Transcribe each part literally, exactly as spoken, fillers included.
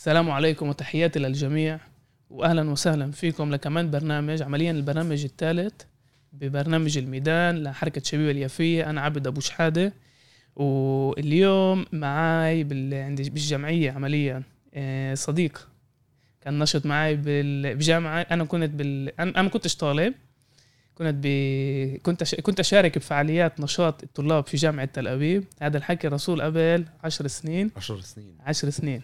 السلام عليكم وتحياتي للجميع، وأهلا وسهلا فيكم لكمان برنامج عمليا البرنامج الثالث ببرنامج الميدان لحركة شبيبة اليافية. أنا عبد أبو شحادة، واليوم معاي بال... عندي بالجمعية عمليا صديق كان نشط معاي بال... بجامعة. أنا كنت بال... أنا ما كنتش طالب، كنت ب... كنت أش... كنت أشارك بفعاليات نشاط الطلاب في جامعة تل أبيب. هذا الحكي رسول قبل عشر سنين عشر سنين عشر سنين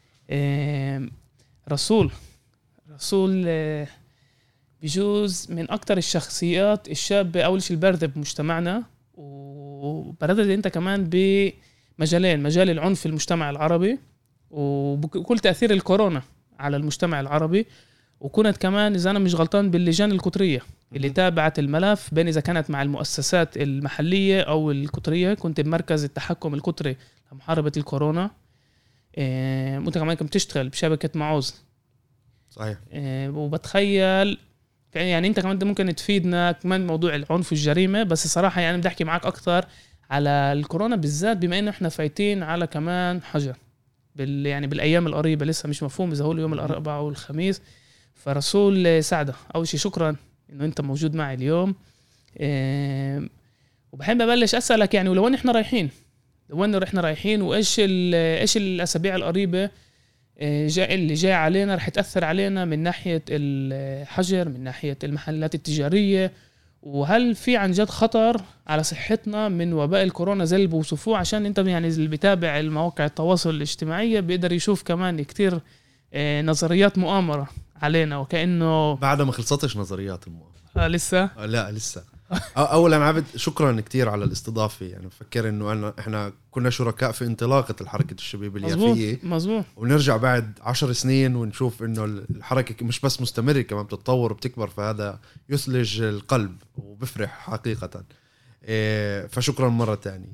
رسول رسول بجوز من أكتر الشخصيات الشابة أول شيء الباردة بمجتمعنا، وبردت أنت كمان بمجالين، مجال العنف في المجتمع العربي وكل تأثير الكورونا على المجتمع العربي، وكنت كمان إذا أنا مش غلطان باللجان القطرية اللي تابعت الملف بين إذا كانت مع المؤسسات المحلية أو القطرية. كنت بمركز التحكم القطري لمحاربة الكورونا. وانت كمان كنت بتشتغل بشبكة معوز. صحيح. وبتخيل يعني انت كمان ممكن تفيدنا كمان موضوع العنف والجريمة، بس صراحة يعني بدي احكي معك اكتر على الكورونا بالذات، بما انه احنا فايتين على كمان حجر بال يعني بالايام القريبة، لسه مش مفهوم اذا هو اليوم الاربعاء والخميس. فرسول سعدة، اول شيء شكرا انه انت موجود معي اليوم. وبحب ابلش اسالك يعني ولوين احنا رايحين وين رحنا رايحين وايش ايش الاسابيع القريبه جاي اللي جاي علينا رح تاثر علينا من ناحيه الحجر، من ناحيه المحلات التجاريه، وهل في عن جد خطر على صحتنا من وباء الكورونا زي اللي بوصفوه؟ عشان انت يعني اللي بيتابع المواقع التواصل الاجتماعيه بيقدر يشوف كمان كتير نظريات مؤامره علينا، وكانه بعد ما خلصتش نظريات المؤامره. آه لسه آه لا لسه. اولا عبد شكرا كتير على الاستضافه، يعني بفكر انه أنا احنا كنا شركاء في انطلاقه الحركه الشبيبه اليافيه، مظبوط، ونرجع بعد عشر سنين ونشوف انه الحركه مش بس مستمره كمان بتتطور وبتكبر، فهذا يثلج القلب وبفرح حقيقه. إيه فشكرا مره تانية.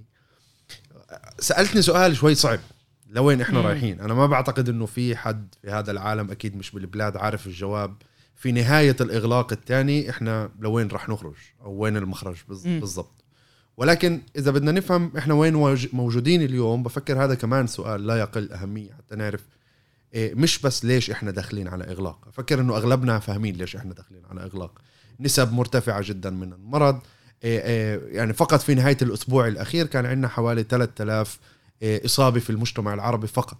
سالتني سؤال شوي صعب، لوين احنا مم. رايحين؟ انا ما بعتقد انه في حد في هذا العالم، اكيد مش بالبلاد، عارف الجواب في نهاية الإغلاق الثاني إحنا لوين رح نخرج أو وين المخرج بالضبط. ولكن إذا بدنا نفهم إحنا وين موجودين اليوم، بفكر هذا كمان سؤال لا يقل أهمية حتى نعرف إيه مش بس ليش إحنا داخلين على إغلاق. أفكر إنه أغلبنا فاهمين ليش إحنا داخلين على إغلاق. نسب مرتفعة جدا من المرض. إيه إيه يعني فقط في نهاية الأسبوع الأخير كان عندنا حوالي ثلاثة آلاف إيه إصابة في المجتمع العربي فقط.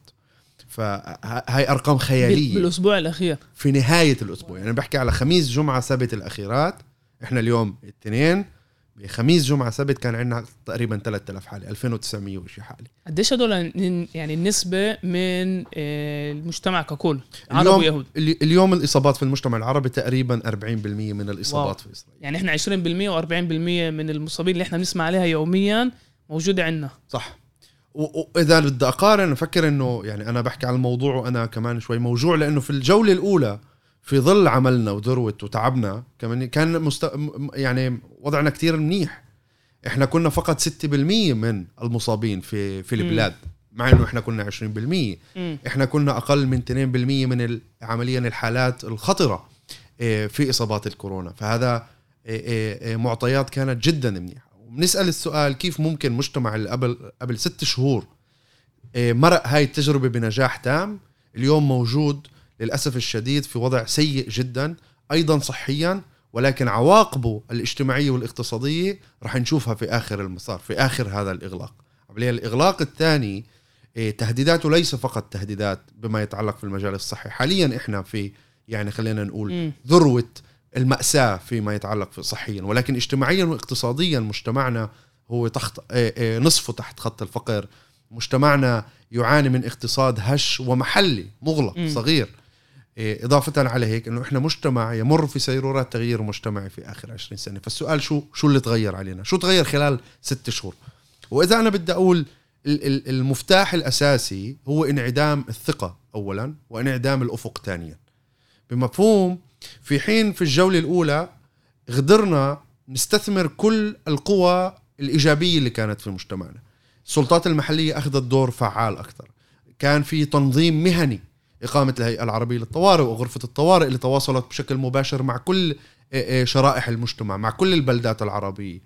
فهاي أرقام خيالية بالأسبوع الأخير، في نهاية الأسبوع. يعني بحكي على خميس جمعة سبت الأخيرات، إحنا اليوم الاثنين، بخميس جمعة سبت كان عندنا تقريبا ثلاثة آلاف حالة، ألفين وتسعمية وشي حالة. قديش هدول يعني النسبة من المجتمع ككل عربي ويهود؟ اليوم الإصابات في المجتمع العربي تقريبا أربعين بالمية من الإصابات واو. في إسرائيل، يعني إحنا عشرين بالمية وأربعين بالمية من المصابين اللي إحنا بنسمع عليها يوميا موجودة عندنا. صح. وإذا بدي أقارن أفكر إنه يعني أنا بحكي على الموضوع وأنا كمان شوي موجوع، لأنه في الجولة الأولى في ظل عملنا وذروة وتعبنا كمان كان مست... يعني وضعنا كتير منيح. إحنا كنا فقط ستة بالمية من المصابين في في البلاد، مع إنه إحنا كنا عشرين بالمية. م. إحنا كنا أقل من اثنين بالمية من عمليا الحالات الخطرة في إصابات الكورونا. فهذا معطيات كانت جدا منيحة. بنسأل السؤال كيف ممكن مجتمع اللي قبل قبل ست شهور مرق هاي التجربة بنجاح تام اليوم موجود للأسف الشديد في وضع سيء جدا أيضا صحيا، ولكن عواقبه الاجتماعية والاقتصادية رح نشوفها في آخر المسار، في آخر هذا الإغلاق. عمليا الإغلاق الثاني تهديداته ليس فقط تهديدات بما يتعلق في المجال الصحي. حاليا إحنا في يعني خلينا نقول ذروة المأساة فيما يتعلق في صحيا، ولكن اجتماعيا واقتصاديا مجتمعنا هو تحت نصفه تحت خط الفقر. مجتمعنا يعاني من اقتصاد هش ومحلي مغلق م. صغير. إضافة على هيك إنه إحنا مجتمع يمر في سيرورات تغيير مجتمعي في آخر عشرين سنة. فالسؤال شو شو اللي تغير علينا؟ شو تغير خلال ست شهور؟ وإذا أنا بدي أقول المفتاح الأساسي هو انعدام الثقة أولا وانعدام الأفق ثانيا. بمفهوم في حين في الجولة الأولى قدرنا نستثمر كل القوى الإيجابية اللي كانت في مجتمعنا. السلطات المحلية أخذت دور فعال أكثر، كان في تنظيم مهني، إقامة الهيئة العربية للطوارئ وغرفة الطوارئ اللي تواصلت بشكل مباشر مع كل شرائح المجتمع، مع كل البلدات العربية.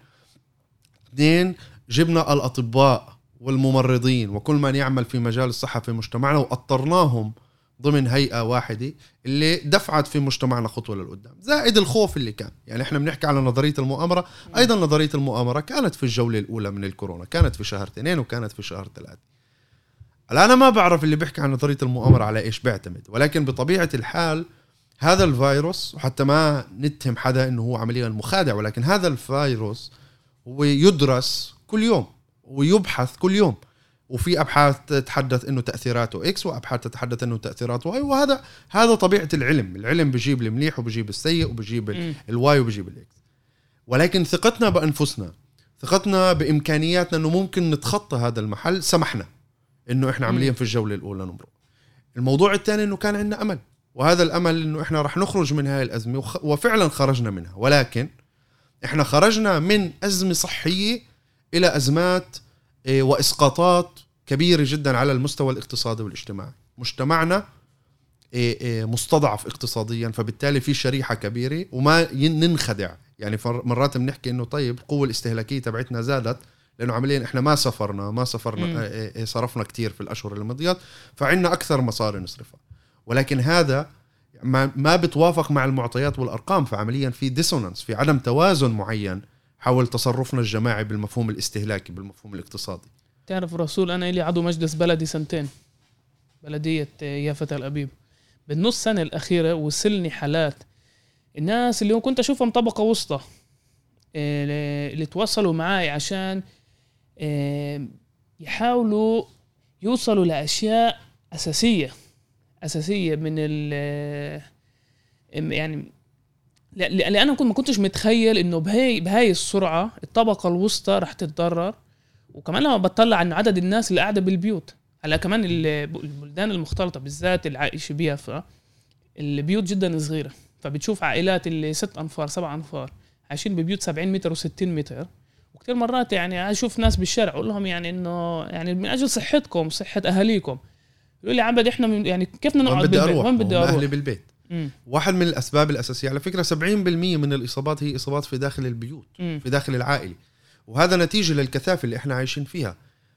اثنين، جبنا الأطباء والممرضين وكل من يعمل في مجال الصحة في مجتمعنا وأطرناهم ضمن هيئة واحدة اللي دفعت في مجتمعنا خطوة للقدام، زائد الخوف اللي كان. يعني احنا بنحكي على نظرية المؤامرة، ايضا نظرية المؤامرة كانت في الجولة الاولى من الكورونا، كانت في شهر اثنين وكانت في شهر ثلاثة. الآن أنا ما بعرف اللي بيحكي عن نظرية المؤامرة على ايش بيعتمد، ولكن بطبيعة الحال هذا الفيروس، وحتى ما نتهم حدا انه هو عمليا مخادع، ولكن هذا الفيروس هو يدرس كل يوم ويبحث كل يوم، وفي أبحاث تتحدث إنه تأثيراته إكس وأبحاث تتحدث إنه تأثيراته واي، وهذا هذا طبيعة العلم. العلم بيجيب المليح وبيجيب السيء وبيجيب م. الواي وبيجيب الإكس. ولكن ثقتنا بأنفسنا، ثقتنا بإمكانياتنا إنه ممكن نتخطى هذا المحل، سمحنا إنه إحنا عمليا في الجولة الأولى نمرق. الموضوع الثاني إنه كان عندنا أمل، وهذا الأمل إنه إحنا رح نخرج من هاي الأزمة، وخ... وفعلا خرجنا منها. ولكن إحنا خرجنا من أزمة صحية إلى أزمات وإسقاطات كبيرة جدا على المستوى الاقتصادي والاجتماعي. مجتمعنا مستضعف اقتصاديا، فبالتالي في شريحة كبيرة وما ننخدع. يعني مرات بنحكي إنه طيب القوة الاستهلاكية تبعتنا زادت لأنه عمليا إحنا ما سافرنا ما سافرنا م. صرفنا كتير في الأشهر الماضية، فعنا أكثر مصاري نصرفها. ولكن هذا ما ما بتوافق مع المعطيات والأرقام، فعمليا في ديسونانس، في عدم توازن معين حول تصرفنا الجماعي بالمفهوم الاستهلاكي بالمفهوم الاقتصادي. تعرف رسول، أنا إلي عضو مجلس بلدي سنتين، بلدية يافا الأبيب. بالنص سنة الأخيرة وصلني حالات الناس اللي كنت أشوفهم طبقة وسطى اللي تواصلوا معاي عشان يحاولوا يوصلوا لأشياء أساسية أساسية من ال يعني لأن أنا كنت ما كنتش متخيل إنه بهاي بهاي السرعة الطبقة الوسطى رح تتضرر. وكمان لما بطلع عن عدد الناس اللي قاعدة بالبيوت، على كمان البلدان المختلطة بالذات العائشة بيافا البيوت جدا صغيرة، فبتشوف عائلات اللي ست أنفار سبع أنفار عايشين ببيوت سبعين متر وستين متر. وكتير مرات يعني أشوف ناس بالشارع أقول لهم يعني إنه يعني من أجل صحتكم صحة أهاليكم، يقول لي عبد إحنا يعني كيف بدنا نقعد بالبيت؟ وين بدي أروح؟ أهلي بالبيت. مم. واحد من الأسباب الأساسية على فكرة سبعين بالمية من الإصابات هي إصابات في داخل البيوت، مم. في داخل العائلة، وهذا نتيجة للكثافة اللي إحنا عايشين فيها.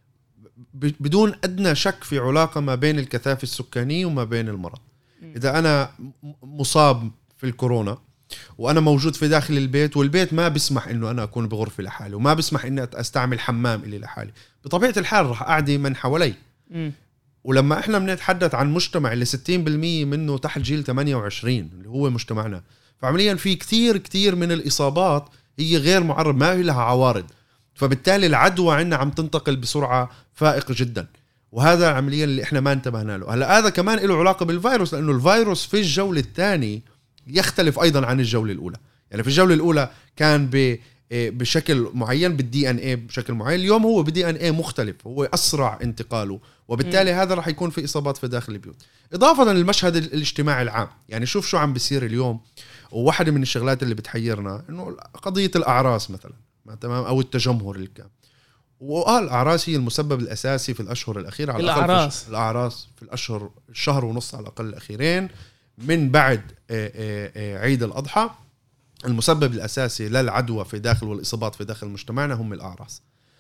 بدون أدنى شك في علاقة ما بين الكثافة السكانية وما بين المرض. مم. إذا أنا مصاب في الكورونا وأنا موجود في داخل البيت، والبيت ما بسمح إنه أنا أكون بغرفة لحالي وما بسمح إني أستعمل حمام إلي لحالي، بطبيعة الحال رح أعدي من حوالي. مم. ولما إحنا بنتحدث عن مجتمع اللي ستين بالمية منه تحت جيل ثمانية وعشرين اللي هو مجتمعنا، فعمليا في كتير كتير من الإصابات هي غير معرض، ما هي لها عوارض، فبالتالي العدوى عنا عم تنتقل بسرعة فائقة جدا. وهذا عمليا اللي إحنا ما انتبهنا له. هلا هذا كمان له علاقة بالفيروس، لأنه الفيروس في الجولة الثانية يختلف أيضا عن الجولة الأولى. يعني في الجولة الأولى كان ب بشكل معين بالدي ان اي بشكل معين، اليوم هو بدي ان اي مختلف، هو اسرع انتقاله، وبالتالي م. هذا راح يكون في اصابات في داخل البيوت. اضافه للمشهد الاجتماعي العام، يعني شوف شو عم بيصير اليوم. وواحده من الشغلات اللي بتحيرنا انه قضيه الاعراس مثلا، تمام، او التجمهر اللي كان، وقال الاعراس هي المسبب الاساسي في الاشهر الاخيره على الاقل. الاعراس الاعراس في الاشهر الشهر ونص على الاقل الاخيرين من بعد عيد الاضحى، المسبب الأساسي للعدوى في داخل والإصابات في داخل مجتمعنا هم الأعراس.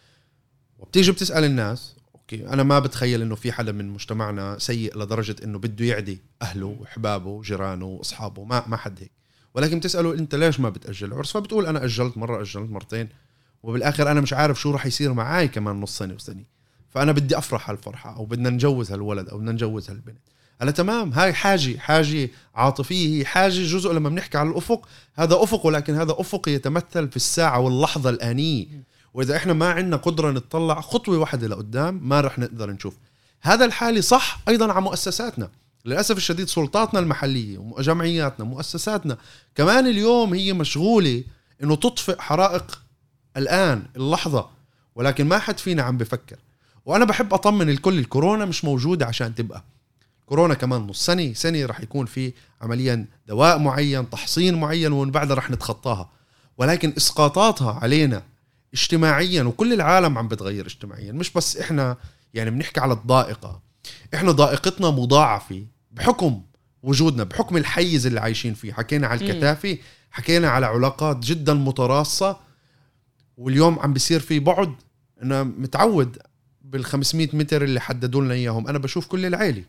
وبتيجي بتسأل الناس، أوكي أنا ما بتخيل إنه في حدا من مجتمعنا سيء لدرجة إنه بده يعدي أهله وحبابه وجيرانه وأصحابه، ما ما حد هيك. ولكن بتسأله أنت ليش ما بتأجل العرس؟ فبتقول أنا أجلت مرة، أجلت مرتين، وبالآخر أنا مش عارف شو رح يصير معاي كمان نص سنة وسنة، فأنا بدي أفرح هالفرحة، أو بدنا نجوز هالولد أو بدنا نجوز هالبنت. هلا تمام، هاي حاجة حاجة عاطفية، هي حاجة جزء. لما بنحكي على الأفق، هذا أفق، ولكن هذا أفق يتمثل في الساعة واللحظة الآنية. وإذا إحنا ما عندنا قدرة نتطلع خطوة واحدة لقدام، ما رح نقدر نشوف هذا الحالي. صح أيضا على مؤسساتنا، للأسف الشديد سلطاتنا المحلية وجمعياتنا مؤسساتنا كمان اليوم هي مشغولة إنه تطفئ حرائق الآن اللحظة، ولكن ما حد فينا عم بفكر. وأنا بحب أطمن الكل، الكورونا مش موجودة عشان تبقى كورونا، كمان نص سنة سنة رح يكون في عمليا دواء معين، تحصين معين، ومن بعدها رح نتخطاها. ولكن إسقاطاتها علينا اجتماعيا، وكل العالم عم بتغير اجتماعيا، مش بس إحنا. يعني بنحكي على الضائقة، إحنا ضائقتنا مضاعفة بحكم وجودنا، بحكم الحيز اللي عايشين فيه. حكينا على الكثافة، حكينا على علاقات جدا متراصة، واليوم عم بيصير في بعد. أنا متعود بالخمسمائة متر اللي حددوا لنا إياهم، أنا بشوف كل العائلة،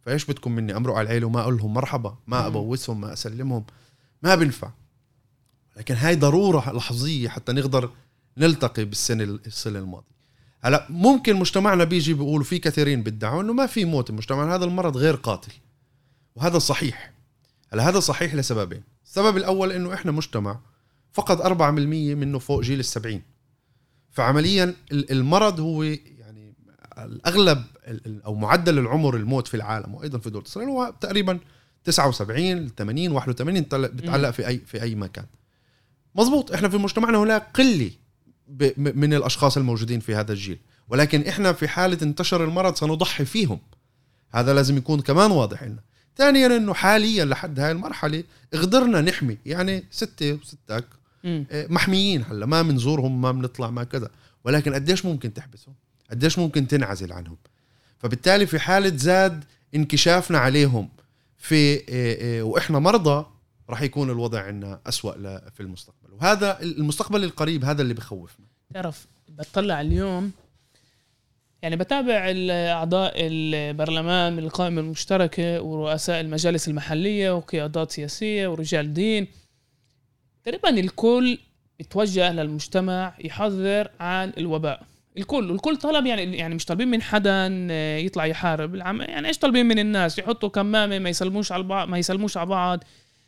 فايش بدكم مني امرق على العيله وما اقول لهم مرحبا، ما ابوسهم، ما اسلمهم؟ ما بنفع. لكن هاي ضروره لحظيه حتى نقدر نلتقي بالسنه السنه الماضيه. هلا ممكن مجتمعنا بيجي بيقولوا، في كثيرين بيدعوا انه ما في موت المجتمع، هذا المرض غير قاتل، وهذا صحيح. هلا هذا صحيح لسببين. السبب الاول انه احنا مجتمع فقط أربعة بالمية منه فوق جيل السبعين، فعمليا المرض هو يعني الاغلب او معدل العمر الموت في العالم وايضا في دول اسرائيل هو تقريبا تسعة وسبعين ثمانين واحد وثمانين، بتعلق في اي في اي مكان. مزبوط، احنا في مجتمعنا هناك قله من الاشخاص الموجودين في هذا الجيل، ولكن احنا في حاله انتشر المرض سنضحي فيهم، هذا لازم يكون كمان واضح لنا. ثانيا انه حاليا لحد هاي المرحله قدرنا نحمي، يعني ستة وستك محميين، هلا ما منزورهم، ما بنطلع، ما كذا، ولكن قديش ممكن تحبسهم، قديش ممكن تنعزل عنهم. فبالتالي في حاله زاد انكشافنا عليهم في واحنا مرضى راح يكون الوضع عندنا أسوأ في المستقبل، وهذا المستقبل القريب هذا اللي بخوفنا. تعرف بتطلع اليوم يعني بتابع الأعضاء البرلمان من القائمة المشتركة ورؤساء المجالس المحلية وقيادات سياسية ورجال دين، تقريبا الكل بيتوجه للمجتمع يحذر عن الوباء. الكل الكل طلب، يعني يعني مش طالبين من حدا يطلع يحارب العم، يعني ايش طالبين من الناس؟ يحطوا كمامة، ما يسلموش على بعض، ما يسلموش على بعض،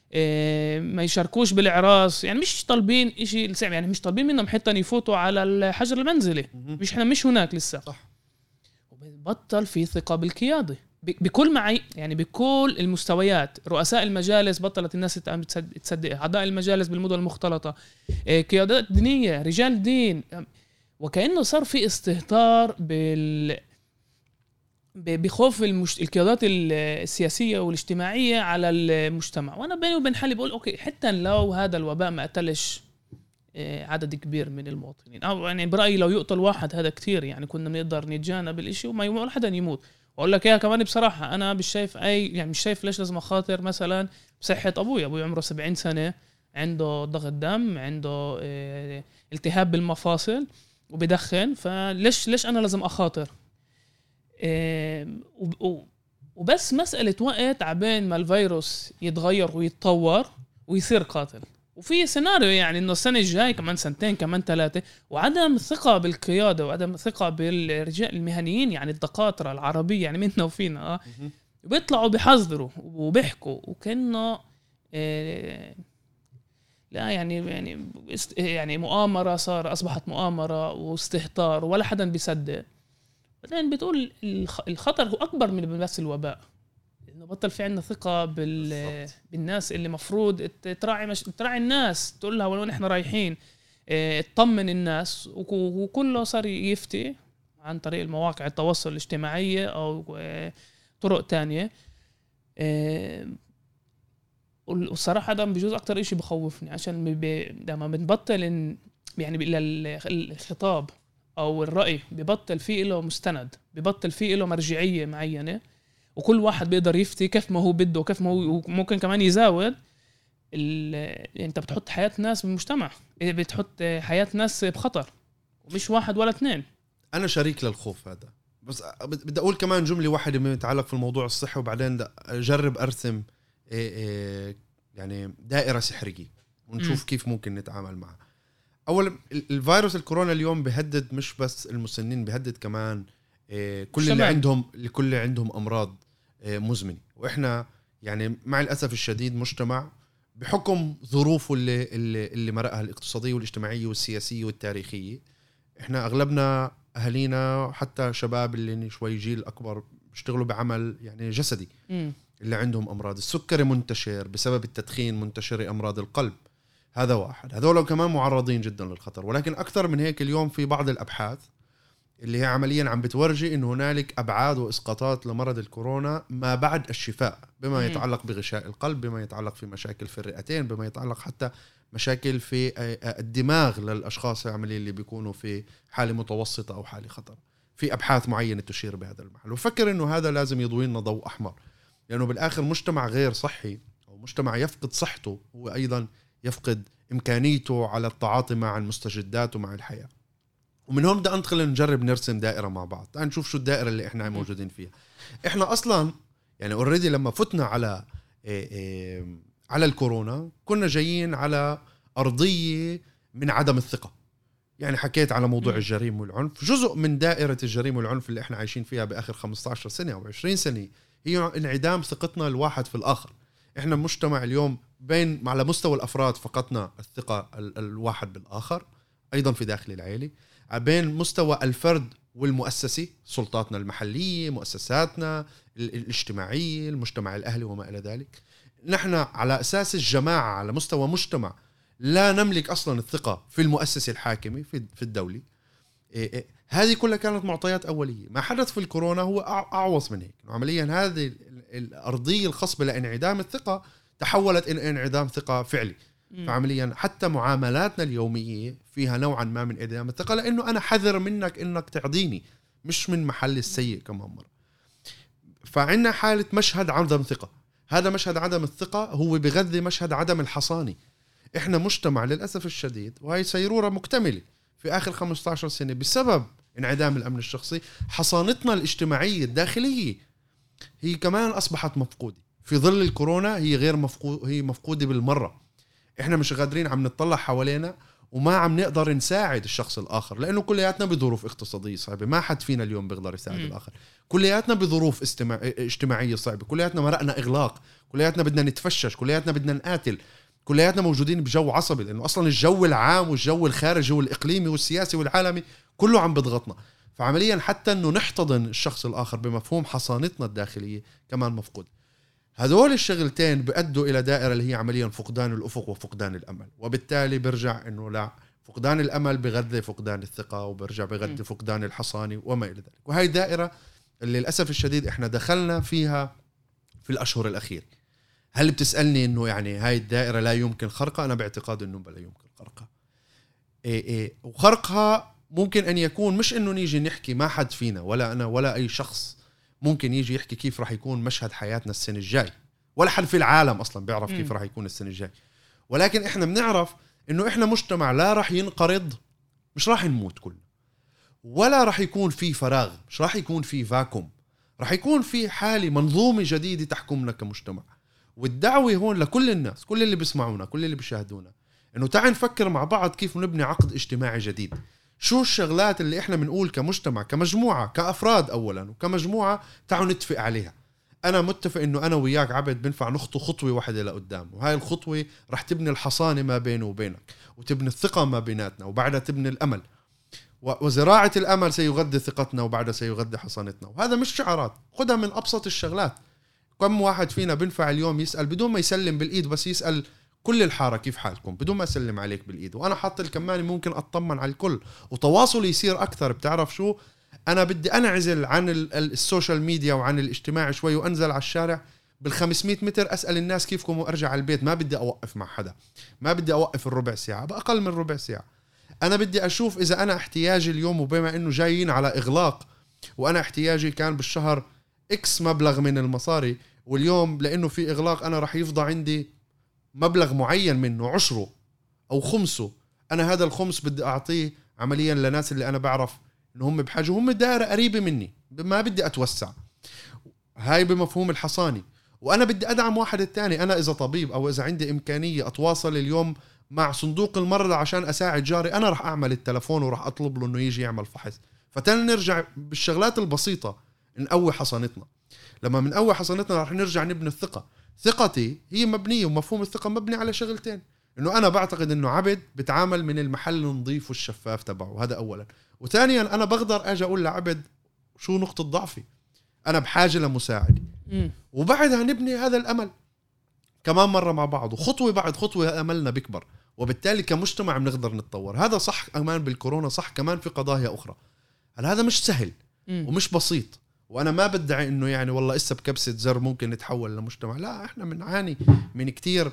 ما يشاركوش بالإعراس، يعني مش طالبين إشي، يعني مش طالبين منهم حتى يفوتوا على الحجر المنزلي، مش احنا مش هناك لسه. صح. وبطل في ثقة بالقيادة بكل معي، يعني بكل المستويات. رؤساء المجالس بطلت الناس تصدق، أعضاء المجالس بالمدن المختلطة، قيادات دينية، رجال دين، وكأنه صار في استهتار بال بخوف المش... القيادات السياسية والاجتماعية على المجتمع. وأنا بيني وبين حالي بقول أوكي، حتى لو هذا الوباء ما قتلش عدد كبير من المواطنين، أو يعني برأيي لو يقتل واحد هذا كتير، يعني كنا بنقدر نتجانب الإشي وما يوم حدا يموت. وأقول لك إياها كمان بصراحة، أنا مش شايف أي يعني مش شايف ليش لازم أخاطر مثلا بصحة أبوي. أبوي عمره سبعين سنة، عنده ضغط دم، عنده التهاب بالمفاصل وبدخن، فليش ليش أنا لازم أخاطر؟ وبس مسألة وقت عبين ما الفيروس يتغير ويتطور ويصير قاتل. وفي سيناريو يعني إنه السنة الجاي كمان سنتين كمان ثلاثة، وعدم الثقة بالقيادة وعدم الثقة بالرجال المهنيين، يعني الدكاترة العربية يعني منا وفينا آه بيطلعوا بيحذروا وبيحكوا وكأنه آه لا يعني يعني يعني مؤامرة، صار أصبحت مؤامرة واستهتار ولا حدا بيصدق. بعدين بتقول الخطر هو أكبر من بس الوباء، إنه بطل في عنا ثقة بال بالناس اللي مفروض تراعي مش... تراعي الناس، تقول لها وين إحنا رايحين، اه... تطمن الناس، وكله صار يفتي عن طريق المواقع التواصل الاجتماعية أو اه... طرق تانية. اه... والصراحة ده بجوز أكتر إشي بخوفني، عشان ب... لما بنبطل إن... يعني الخطاب أو الرأي ببطل فيه له مستند، ببطل فيه له مرجعية معينة، وكل واحد بيقدر يفتي كيف ما هو بده وكيف ما هو ممكن كمان يزاود ال... انت بتحط حياة ناس بالمجتمع، بتحط حياة ناس بخطر، ومش واحد ولا اثنين. انا شريك للخوف هذا، بس بدي اقول كمان جملة واحدة متعلق في الموضوع الصحي، وبعدين اجرب ارسم يعني دائرة سحرية ونشوف م. كيف ممكن نتعامل معها. اول الفيروس الكورونا اليوم بيهدد مش بس المسنين، بيهدد كمان كل اللي عندهم لكل اللي عندهم امراض مزمنة. واحنا يعني مع الاسف الشديد مجتمع بحكم ظروفه اللي اللي, اللي مرقها الاقتصادية والاجتماعية والسياسية والتاريخية، احنا اغلبنا اهالينا حتى شباب اللي شوي جيل اكبر بيشتغلوا بعمل يعني جسدي م. اللي عندهم امراض السكري منتشر بسبب التدخين، منتشر امراض القلب، هذا واحد. هذول كمان معرضين جدا للخطر. ولكن اكثر من هيك اليوم في بعض الابحاث اللي هي عمليا عم بتورجي إن هنالك أبعاد وإسقاطات لمرض الكورونا ما بعد الشفاء، بما يتعلق بغشاء القلب، بما يتعلق في مشاكل في الرئتين، بما يتعلق حتى مشاكل في الدماغ للأشخاص عمليا اللي بيكونوا في حالة متوسطة أو حالة خطر. في أبحاث معينة تشير بهذا المحل، وفكر إنه هذا لازم يضوي لنا ضوء أحمر، لأنه بالآخر مجتمع غير صحي أو مجتمع يفقد صحته هو أيضا يفقد إمكانيته على التعاطي مع المستجدات ومع الحياة. ومن هون بدنا ندخل نجرب نرسم دائرة مع بعض، تعال نشوف شو الدائرة اللي احنا موجودين فيها. احنا اصلا يعني اوريدي لما فتنا على إيه إيه على الكورونا كنا جايين على أرضية من عدم الثقة. يعني حكيت على موضوع م. الجريمة والعنف، جزء من دائرة الجريمة والعنف اللي احنا عايشين فيها بآخر خمسة عشر سنة أو عشرين سنة هي انعدام ثقتنا الواحد في الآخر. احنا مجتمع اليوم بين على مستوى الأفراد فقدنا الثقة ال- الواحد بالآخر، أيضا في داخل العائلة، بين مستوى الفرد والمؤسسي، سلطاتنا المحلية، مؤسساتنا الاجتماعية، المجتمع الأهلي وما إلى ذلك. نحن على أساس الجماعة على مستوى مجتمع لا نملك أصلا الثقة في المؤسسة الحاكمة في في الدولة. إيه إيه هذه كلها كانت معطيات أولية. ما حدث في الكورونا هو أعوص من هيك. عمليا هذه الأرضية الخصبة لانعدام الثقة تحولت إلى انعدام ثقة فعلي. فعمليا حتى معاملاتنا اليومية فيها نوعا ما من انعدام الثقة، لأنه أنا حذر منك إنك تعديني، مش من محل السيء كمان مرة. فعنا حالة مشهد عدم ثقة. هذا مشهد عدم الثقة هو بغذي مشهد عدم الحصانة. إحنا مجتمع للأسف الشديد، وهي سيرورة مكتملة في آخر خمسة عشر سنة بسبب انعدام الأمن الشخصي، حصانتنا الاجتماعية الداخلية هي كمان أصبحت مفقودة. في ظل الكورونا هي غير مفقود، هي مفقودة بالمرة. إحنا مش قادرين عم نطلع حوالينا وما عم نقدر نساعد الشخص الآخر، لأنه كلياتنا بظروف اقتصادية صعبة. ما حد فينا اليوم بيقدر يساعد م. الآخر. كلياتنا بظروف استماع... اجتماعية صعبة. كلياتنا مرقنا إغلاق. كلياتنا بدنا نتفشش. كلياتنا بدنا نقاتل. كلياتنا موجودين بجو عصبي، لأنه أصلا الجو العام والجو الخارجي والإقليمي والسياسي والعالمي كله عم بضغطنا. فعمليا حتى أنه نحتضن الشخص الآخر بمفهوم حصانتنا الداخلية كمان مفقود. هذول الشغلتين بيؤدوا إلى دائرة اللي هي عمليا فقدان الأفق وفقدان الأمل، وبالتالي برجع أنه لا، فقدان الأمل بغذي فقدان الثقة، وبرجع بغذي فقدان الحصانة وما إلى ذلك. وهي دائرة اللي للأسف الشديد إحنا دخلنا فيها في الأشهر الأخيرة. هل بتسألني إنه يعني هاي الدائرة لا يمكن خرقها؟ أنا باعتقاد إنه بلا يمكن خرقها. إيه إيه وخرقها ممكن أن يكون مش إنه نيجي نحكي، ما حد فينا ولا أنا ولا أي شخص ممكن يجي يحكي كيف راح يكون مشهد حياتنا السنة الجاي، ولا حد في العالم أصلا بيعرف كيف راح يكون السنة الجاي. ولكن إحنا بنعرف إنه إحنا مجتمع لا راح ينقرض، مش راح نموت كلنا، ولا راح يكون في فراغ، مش راح يكون في فاكوم، راح يكون في حالة منظومة جديدة تحكمنا كمجتمع. والدعوة هون لكل الناس، كل اللي بيسمعونا، كل اللي بيشاهدونا، إنه تعال نفكر مع بعض كيف نبني عقد اجتماعي جديد. شو الشغلات اللي إحنا بنقول كمجتمع، كمجموعة، كأفراد أولاً، وكمجموعة تعالوا نتفق عليها. أنا متفق إنه أنا وياك عبد بنفع نخطو خطوة واحدة لقدام، وهاي الخطوة رح تبني الحصانة ما بينه وبينك، وتبني الثقة ما بيناتنا، وبعدها تبني الأمل، وزراعة الأمل سيغذي ثقتنا وبعدها سيغذي حصانتنا. وهذا مش شعارات، خدها من أبسط الشغلات. كم واحد فينا بنفع اليوم يسأل بدون ما يسلم بالإيد، بس يسأل كل الحارة كيف حالكم بدون ما أسلم عليك بالإيد، وأنا حاط الكماني ممكن أطمن على الكل، وتواصل يصير أكثر. بتعرف شو، أنا بدي أنعزل عن السوشيال ميديا وعن الاجتماع شوي، وأنزل على الشارع بالخمسمائة متر أسأل الناس كيفكم وأرجع على البيت. ما بدي أوقف مع حدا، ما بدي أوقف الربع ساعة، بأقل من ربع ساعة. أنا بدي أشوف إذا أنا احتياجي اليوم، وبما إنه جايين على إغلاق وأنا احتياجي كان بالشهر إكس مبلغ من المصاري، واليوم لأنه في إغلاق أنا رح يفضى عندي مبلغ معين منه، عشره أو خمسه. أنا هذا الخمس بدي أعطيه عمليا لناس اللي أنا بعرف إنه هم بحاجة، هم دائرة قريبة مني، ما بدي أتوسع. هاي بمفهوم الحصاني. وأنا بدي أدعم واحد التاني. أنا إذا طبيب أو إذا عندي إمكانية أتواصل اليوم مع صندوق المرضى عشان أساعد جاري، أنا رح أعمل التلفون ورح أطلب له إنه يجي يعمل فحص. فتن نرجع بالشغلات البسيطة نقوي حصانتنا. لما من قوي حصانتنا رح نرجع نبني الثقة. ثقتي هي مبنية، ومفهوم الثقة مبني على شغلتين، إنه أنا بعتقد إنه عبد بتعامل من المحل النظيف والشفاف تبعه، هذا أولا. وثانيا أنا بقدر أجي أقول لعبد شو نقطة ضعفي، أنا بحاجة لمساعدة، وبعدها نبني هذا الأمل كمان مرة مع بعض، وخطوة بعد خطوة أملنا بكبر، وبالتالي كمجتمع بنقدر نتطور. هذا صح كمان بالكورونا، صح كمان في قضايا أخرى. هذا مش سهل ومش بسيط، وأنا ما بدعي إنه يعني والله إسا بكبسة زر ممكن نتحول لمجتمع. لا، إحنا بنعاني من كتير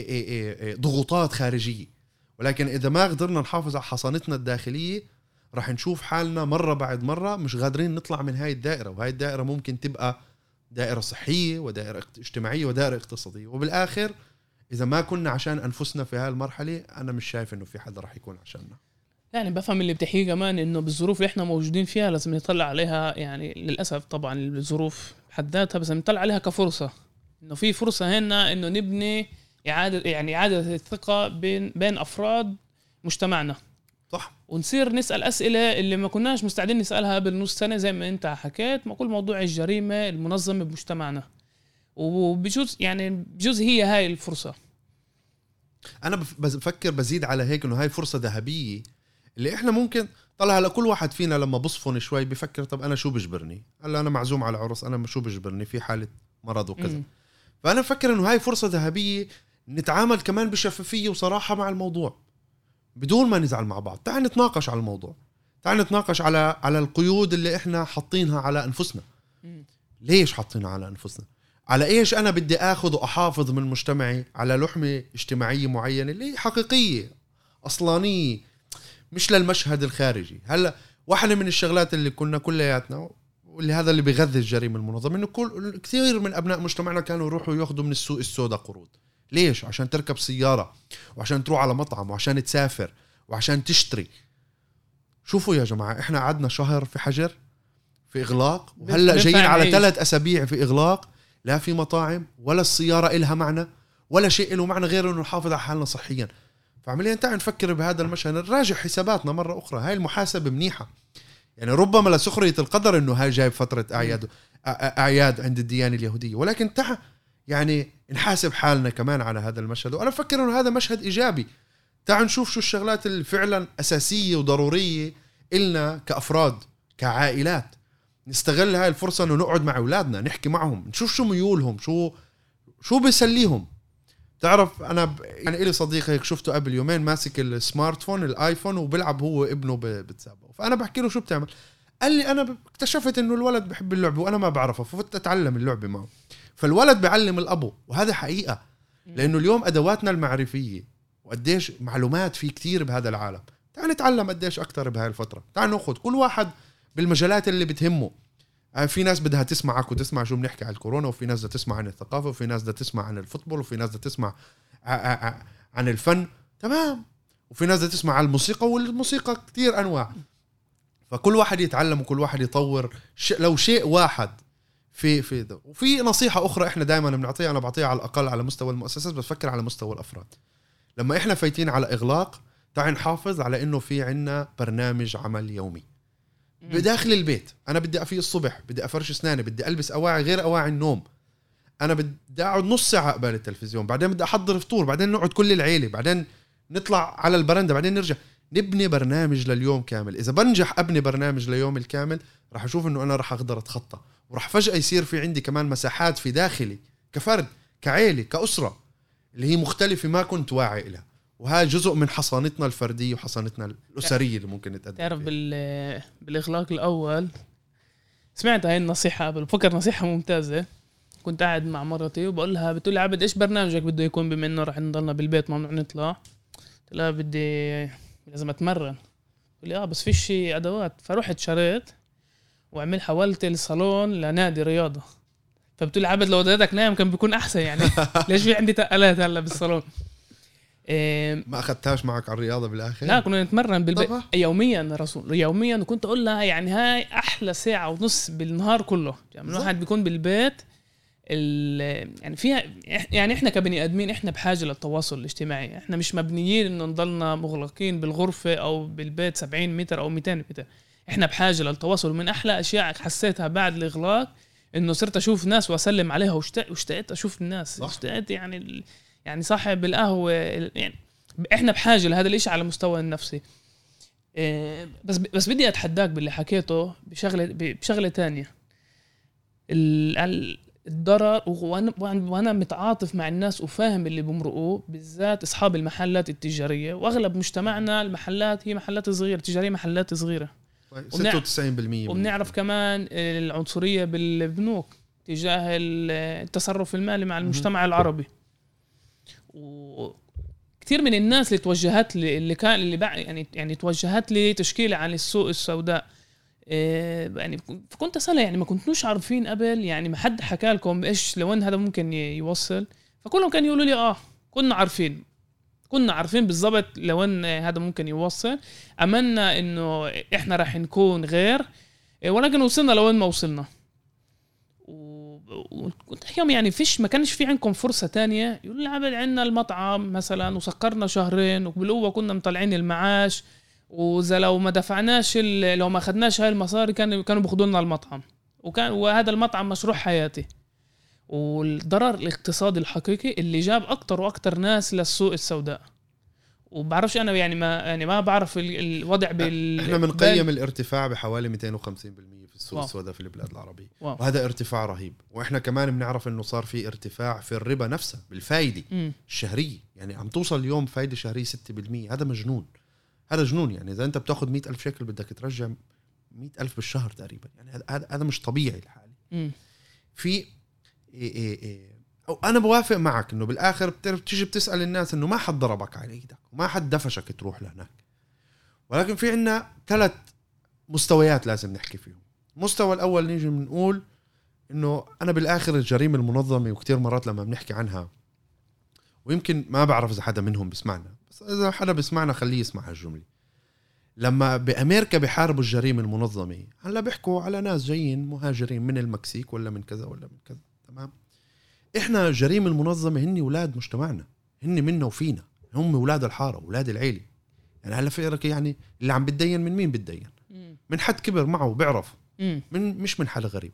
ضغوطات خارجية، ولكن إذا ما قدرنا نحافظ على حصانتنا الداخلية راح نشوف حالنا مرة بعد مرة مش قادرين نطلع من هاي الدائرة. وهاي الدائرة ممكن تبقى دائرة صحية ودائرة اجتماعية ودائرة اقتصادية، وبالآخر إذا ما كنا عشان أنفسنا في هاي المرحلة، أنا مش شايف إنه في حدا راح يكون عشاننا. يعني بفهم اللي بتحكيه كمان انه بالظروف اللي احنا موجودين فيها لازم نطلع عليها، يعني للاسف طبعا الظروف حد ذاتها، بس نطلع عليها كفرصه، انه في فرصه هنا انه نبني اعاده يعني اعاده الثقه بين بين افراد مجتمعنا. صح. ونصير نسال اسئله اللي ما كناش مستعدين نسالها قبل نص سنه، زي ما انت حكيت، ما كل موضوع الجريمه المنظمه بمجتمعنا، وبجوز يعني بجوز هي هاي الفرصه. انا بفكر بزيد على هيك انه هاي فرصه ذهبيه اللي احنا ممكن طلع على كل واحد فينا لما بصفن شوي بفكر طب انا شو بجبرني، هلا انا معزوم على عرس، انا شو بجبرني في حاله مرض وكذا. م. فانا بفكر انه هاي فرصه ذهبيه نتعامل كمان بشفافيه وصراحه مع الموضوع بدون ما نزعل مع بعض. تعال نتناقش على الموضوع، تعال نتناقش على على القيود اللي احنا حاطينها على انفسنا. م. ليش حاطينها على انفسنا؟ على ايش انا بدي اخذ واحافظ من مجتمعي على لحمه اجتماعيه معينه اللي حقيقيه اصلانيه، مش للمشهد الخارجي. هلا واحده من الشغلات اللي كنا كلياتنا، واللي هذا اللي بيغذي الجريمه المنظمه، انه كل كثير من ابناء مجتمعنا كانوا يروحوا ياخذوا من السوق السوداء قروض. ليش؟ عشان تركب سياره، وعشان تروح على مطعم، وعشان تسافر، وعشان تشتري. شوفوا يا جماعه، احنا قعدنا شهر في حجر، في اغلاق، وهلا جايين على ثلاث اسابيع في اغلاق، لا في مطاعم ولا السياره إلها معنى ولا شيء له معنى غير انه نحافظ على حالنا صحيا. فعمليا تعال نفكر بهذا المشهد، نراجع حساباتنا مرة أخرى. هاي المحاسبة منيحة، يعني ربما لسخرية القدر إنه هاي جايب فترة أعياد أعياد عند الديانة اليهودية، ولكن تعال يعني نحاسب حالنا كمان على هذا المشهد. وأنا بفكر إنه هذا مشهد إيجابي. تعال نشوف شو الشغلات اللي فعلا أساسية وضرورية إلنا كأفراد كعائلات، نستغل هاي الفرصة إنه نقعد مع أولادنا، نحكي معهم، نشوف شو ميولهم، شو شو بيسليهم. تعرف أنا ب... يعني إلي صديق هيك شفته قبل يومين ماسك السمارت فون الآيفون وبلعب هو ابنه ب... بتسابقه، فأنا بحكي له شو بتعمل؟ قال لي أنا اكتشفت إنه الولد بحب اللعبة وأنا ما بعرفه، ففت أتعلم اللعبة معه. فالولد بيعلم الأبو، وهذا حقيقة، لأنه اليوم أدواتنا المعرفية وقديش معلومات في كتير بهذا العالم. تعال نتعلم قديش أكتر بهاي الفترة، تعال نأخذ كل واحد بالمجالات اللي بتهمه. في ناس بدها تسمعك وتسمع شو بنحكي عن الكورونا، وفي ناس بدها تسمع عن الثقافة، وفي ناس بدها تسمع عن الفوتبول، وفي ناس بدها تسمع عن الفن، تمام، وفي ناس بدها تسمع عن الموسيقى، والموسيقى كتير أنواع. فكل واحد يتعلم وكل واحد يطور لو شيء واحد في في ده. وفي نصيحة أخرى إحنا دائما بنعطيها، أنا بعطيها على الأقل على مستوى المؤسسات، بفكر على مستوى الأفراد. لما إحنا فايتين على إغلاق، تعال نحافظ على إنه في عنا برنامج عمل يومي بداخل البيت. أنا بدي أفيق الصبح، بدي أفرش أسناني، بدي ألبس أواعي غير أواعي النوم، أنا بدي أقعد نص ساعة قبل التلفزيون، بعدين بدي أحضر فطور، بعدين نقعد كل العيلة، بعدين نطلع على البرندة، بعدين نرجع نبني برنامج لليوم كامل. إذا بنجح أبني برنامج ليوم الكامل، راح أشوف إنه أنا راح أقدر أتخطى، وراح فجأة يصير في عندي كمان مساحات في داخلي كفرد، كعيلة، كأسرة، اللي هي مختلفة ما كنت واعي إلها. وهذا جزء من حصانتنا الفردية وحصانتنا الأسرية اللي ممكن نتقدم. تعرف بال بالإغلاق الأول سمعت هاي النصيحة قبل، بفكر نصيحة ممتازة. كنت قاعد مع مرتي وبقول لها، بتقول لي عبد إيش برنامجك بده يكون بما إنه رح نضلنا بالبيت ممنوع نطلع؟ قلت لها بدي لازم أتمرن. قلت لي آه بس فيش أدوات. فرحت شريت وعمل حولت الصالون لنادي رياضة. فبتقول لي عبد لو وديتك نايم كان بيكون أحسن يعني. ليش في عندي تقلات هلا بالصالون؟ إيه ما أخذتهاش معك على الرياضة بالآخر؟ لا كنا نتمرن بالبيت يوميا رسول يوميا. وكنت أقول لها يعني هاي أحلى ساعة ونص بالنهار كله، يعني الواحد بيكون بالبيت يعني فيها. يعني إحنا كبني آدمين إحنا بحاجة للتواصل الاجتماعي، إحنا مش مبنيين إنه نضلنا مغلقين بالغرفة أو بالبيت سبعين متر أو مئتين متر. إحنا بحاجة للتواصل. من أحلى أشياء حسيتها بعد الإغلاق إنه صرت أشوف ناس وأسلم عليها، واشتقت أشوف الناس، اشتقت يعني يعني صاحب القهوة. يعني إحنا بحاجة لهذا الإشي على مستوى النفسي. بس بس بدي أتحداك باللي حكيته بشغلة بشغلة تانية، الضرر. وأنا وأنا متعاطف مع الناس وفاهم اللي بمرقوه، بالذات أصحاب المحلات التجارية. وأغلب مجتمعنا المحلات هي محلات صغيرة تجارية، محلات صغيرة ستة وتسعين بالمية. وبنعرف كمان العنصرية بالبنوك تجاه التصرف المالي مع المجتمع العربي. وكثير من الناس اللي توجهت لي اللي كان اللي بقى يعني يعني توجهت لي تشكيلة عن السوق السوداء. إيه يعني كنت أسألها يعني ما كنتوش عارفين قبل، يعني ما حد حكى لكم إيش لوين هذا ممكن يوصل؟ فكلهم كانوا يقولوا لي آه كنا عارفين كنا عارفين بالضبط لو ان هذا ممكن يوصل. املنا انه احنا راح نكون غير، ولكن وصلنا لوين ما وصلنا. وكنت احكيهم يعني فيش ما كانش في عندكم فرصة تانية. يقول لي عمل عنا المطعم مثلا وسكرنا شهرين وبالقوة كنا مطلعين المعاش، وإذا لو ما دفعناش لو ما أخدناش هاي المصاري كانوا كانوا بياخدوا لنا المطعم، وكان وهذا المطعم مشروع حياتي. والضرر الاقتصادي الحقيقي اللي جاب أكتر وأكتر ناس للسوق السوداء. وبعرفش أنا يعني ما يعني ما بعرف الوضع بال احنا بنقيم الارتفاع بحوالي مئتين وخمسين بالمية في السوق واو. السوداء في البلاد العربية. واو. وهذا ارتفاع رهيب. واحنا كمان بنعرف انه صار في ارتفاع في الربا نفسها بالفايدة م. الشهرية، يعني عم توصل اليوم فايدة شهرية ستة بالمية. هذا مجنون، هذا جنون. يعني إذا أنت بتأخذ مئة ألف شكل بدك ترجع مئة ألف بالشهر تقريبا. يعني هذا هذا مش طبيعي الحالي. في إيه إيه إيه أو أنا بوافق معك إنه بالآخر بتيجي بتسأل الناس إنه ما حد ضربك على إيدك وما حد دفشك تروح لهناك، ولكن في عنا ثلاث مستويات لازم نحكي فيهم. المستوى الأول نيجي بنقول إنه أنا بالآخر الجريمة المنظمة، وكتير مرات لما بنحكي عنها ويمكن ما بعرف إذا حدا منهم بسمعنا، بس إذا حدا بسمعنا خليه يسمع هالجملة. لما بأمريكا بحاربوا الجريمة المنظمة، هلا بيحكوا على ناس جايين مهاجرين من المكسيك ولا من كذا ولا من كذا، تمام؟ إحنا الجريمة المنظمة هني أولاد مجتمعنا، هني منا وفينا، هم أولاد الحارة، أولاد العيلة. يعني هلا فكرك يعني اللي عم بتدين من مين بتدين؟ من حد كبر معه وبيعرف، من مش من حد غريب.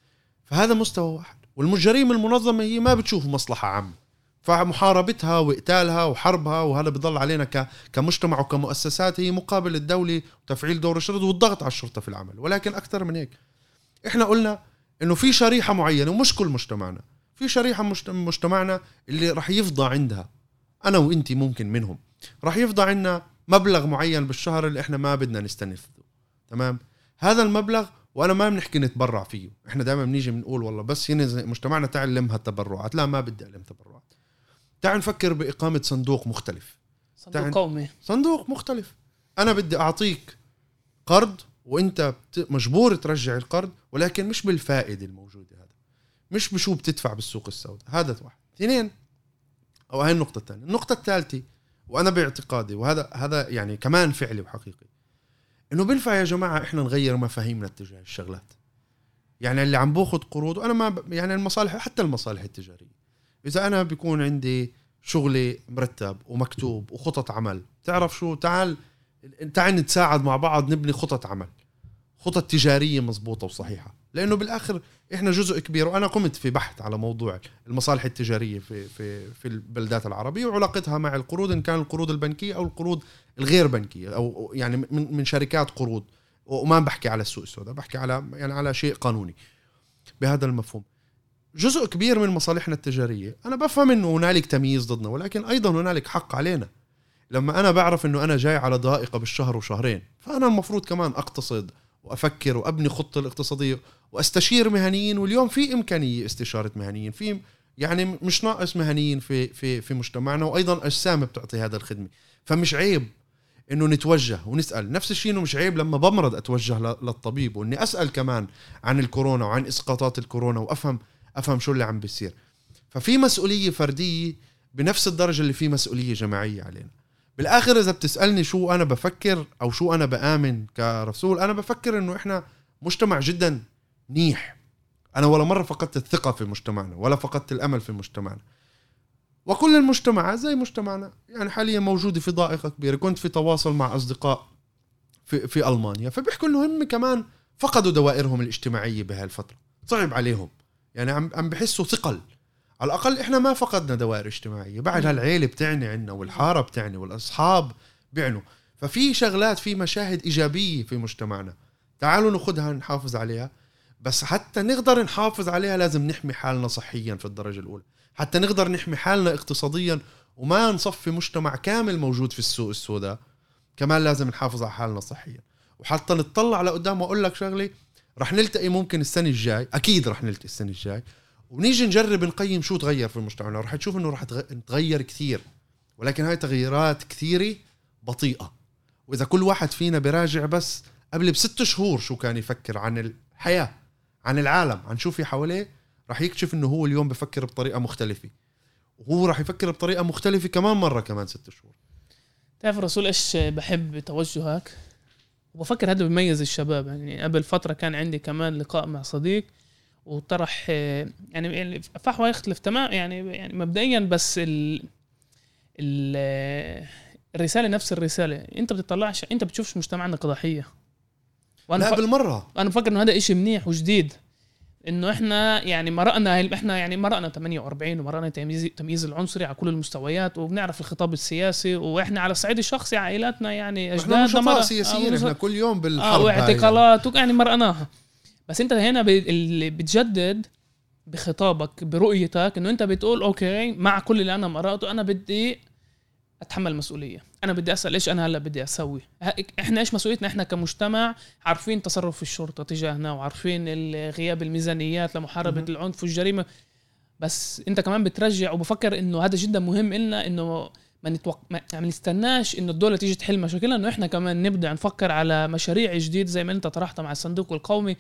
فهذا مستوى واحد. والجريمة المنظمة هي ما بتشوف مصلحة عامة، فمحاربتها وإقتالها وحربها وهذا بيضل علينا ك... كمجتمع وكمؤسسات هي مقابل الدولة وتفعيل دور الشرطة والضغط على الشرطة في العمل. ولكن أكثر من هيك إحنا قلنا إنه في شريحة معينة، ومش كل مجتمعنا، في شريحة مجت... مجتمعنا اللي رح يفضى عندها، أنا وإنتي ممكن منهم، رح يفضى عنا مبلغ معين بالشهر اللي إحنا ما بدنا نستنفذه، تمام؟ هذا المبلغ وأنا ما بنحكي نتبرع فيه، إحنا دائما بنيجي بنقول والله بس هنا مجتمعنا تعلم هالتبرعات، لا ما بدي أعلم تبرعات. تعال نفكر بإقامة صندوق مختلف، صندوق قومي، صندوق مختلف. أنا بدي أعطيك قرض وإنت مجبور ترجع القرض، ولكن مش بالفائدة الموجودة، هذا مش بشو بتدفع بالسوق السوداء. هذا واحد. اثنين، أو هاي النقطة الثانية. النقطة الثالثة، وأنا باعتقادي وهذا هذا يعني كمان فعلي وحقيقي، إنه بنفع يا جماعة إحنا نغير مفاهيمنا اتجاه الشغلات. يعني اللي عم باخد قروض، وأنا ما ب... يعني المصالح، حتى المصالح التجارية، إذا أنا بيكون عندي شغلي مرتب ومكتوب وخطط عمل، تعرف شو، تعال تعال نتساعد مع بعض نبني خطط عمل، خطط تجارية مزبوطة وصحيحة. لأنه بالآخر إحنا جزء كبير، وأنا قمت في بحث على موضوع المصالح التجارية في في في البلدات العربية وعلاقتها مع القروض، إن كان القروض البنكية أو القروض الغير بنكية، أو يعني من من شركات قروض. وما بحكي على السوق السوداء، بحكي على يعني على شيء قانوني بهذا المفهوم. جزء كبير من مصالحنا التجارية أنا بفهم إنه هنالك تمييز ضدنا، ولكن أيضا هنالك حق علينا. لما أنا بعرف إنه أنا جاي على ضائقة بالشهر وشهرين، فأنا المفروض كمان أقتصد وأفكر وأبني خطة الاقتصادية وأستشير مهنيين. واليوم في إمكانية استشارة مهنيين، في يعني مش ناقص مهنيين في في في مجتمعنا، وأيضا أجسام بتعطي هذا الخدمة. فمش عيب إنه نتوجه ونسأل. نفس الشيء إنه مش عيب لما بمرض أتوجه للطبيب، وإني أسأل كمان عن الكورونا وعن إسقاطات الكورونا وأفهم أفهم شو اللي عم بيصير. ففي مسؤولية فردية بنفس الدرجة اللي في مسؤولية جماعية علينا. بالآخر إذا بتسألني شو أنا بفكر أو شو أنا بآمن كرسول، أنا بفكر إنه إحنا مجتمع جدا منيح. أنا ولا مرة فقدت الثقة في مجتمعنا ولا فقدت الأمل في مجتمعنا، وكل المجتمعات زي مجتمعنا يعني حاليا موجودة في ضائقة كبيرة. كنت في تواصل مع أصدقاء في, في ألمانيا، فبيحكوا إنه هم كمان فقدوا دوائرهم الاجتماعية بهالفترة، صعب عليهم، يعني عم عم بحسوا ثقل. على الأقل إحنا ما فقدنا دوائر اجتماعية، بعد هالعيلة بتعني عنا والحارة بتعني والأصحاب بيعنوا. ففي شغلات، في مشاهد إيجابية في مجتمعنا، تعالوا ناخدها نحافظ عليها. بس حتى نقدر نحافظ عليها لازم نحمي حالنا صحيا في الدرجة الأولى، حتى نقدر نحمي حالنا اقتصاديا وما نصفي مجتمع كامل موجود في السوق السوداء. كمان لازم نحافظ على حالنا صحيا. وحتى نتطلع لقدام وأقول لك شغلي، رح نلتقي ممكن السنة الجاي، أكيد رح نلتقي السنة الجاي، ونيجي نجرب نقيم شو تغير في المجتمع. رح تشوف إنه رح تغير كثير، ولكن هاي تغييرات كثيرة بطيئة. وإذا كل واحد فينا براجع بس قبل بست شهور شو كان يفكر عن الحياة، عن العالم، عن شو في حواليه، رح يكتشف إنه هو اليوم بفكر بطريقة مختلفة. وهو راح يفكر بطريقة مختلفة كمان مرة كمان ست شهور. تعرف رسول إيش بحب توجهك وبفكر هذا بيميز الشباب. يعني قبل فترة كان عندي كمان لقاء مع صديق وطرح يعني فحوى يختلف تمام يعني يعني مبدئيا بس ال ال الرسالة نفس الرسالة. انت بتطلعش انت بتشوفش مجتمعنا كضحية. وانا لا ف... بالمرة انا بفكر انه هذا اشي منيح وجديد انه احنا يعني مرقنا احنا يعني مرقنا ثمانية وأربعين ومرقنا تمييز تمييز العنصري على كل المستويات وبنعرف الخطاب السياسي واحنا على الصعيد الشخصي عائلاتنا يعني اجدادنا مر... سياسيين احنا كل يوم بالحرب اه واعتقالات يعني. يعني مرقناها. بس انت هنا اللي بتجدد بخطابك برؤيتك انه انت بتقول اوكي مع كل اللي انا مرقته انا بدي اتحمل مسؤوليه. انا بدي اسال ايش انا هلا بدي اسوي. احنا ايش مسؤوليتنا احنا كمجتمع. عارفين تصرف الشرطه تجاهنا وعارفين غياب الميزانيات لمحاربه العنف والجريمه. بس انت كمان بترجع وبفكر انه هذا جدا مهم إلنا انه ما نتوق... ما يعني نستناش انه الدوله تيجي تحل مشاكلنا. انه احنا كمان نبدا نفكر على مشاريع جديد زي ما انت طرحتها مع الصندوق القومي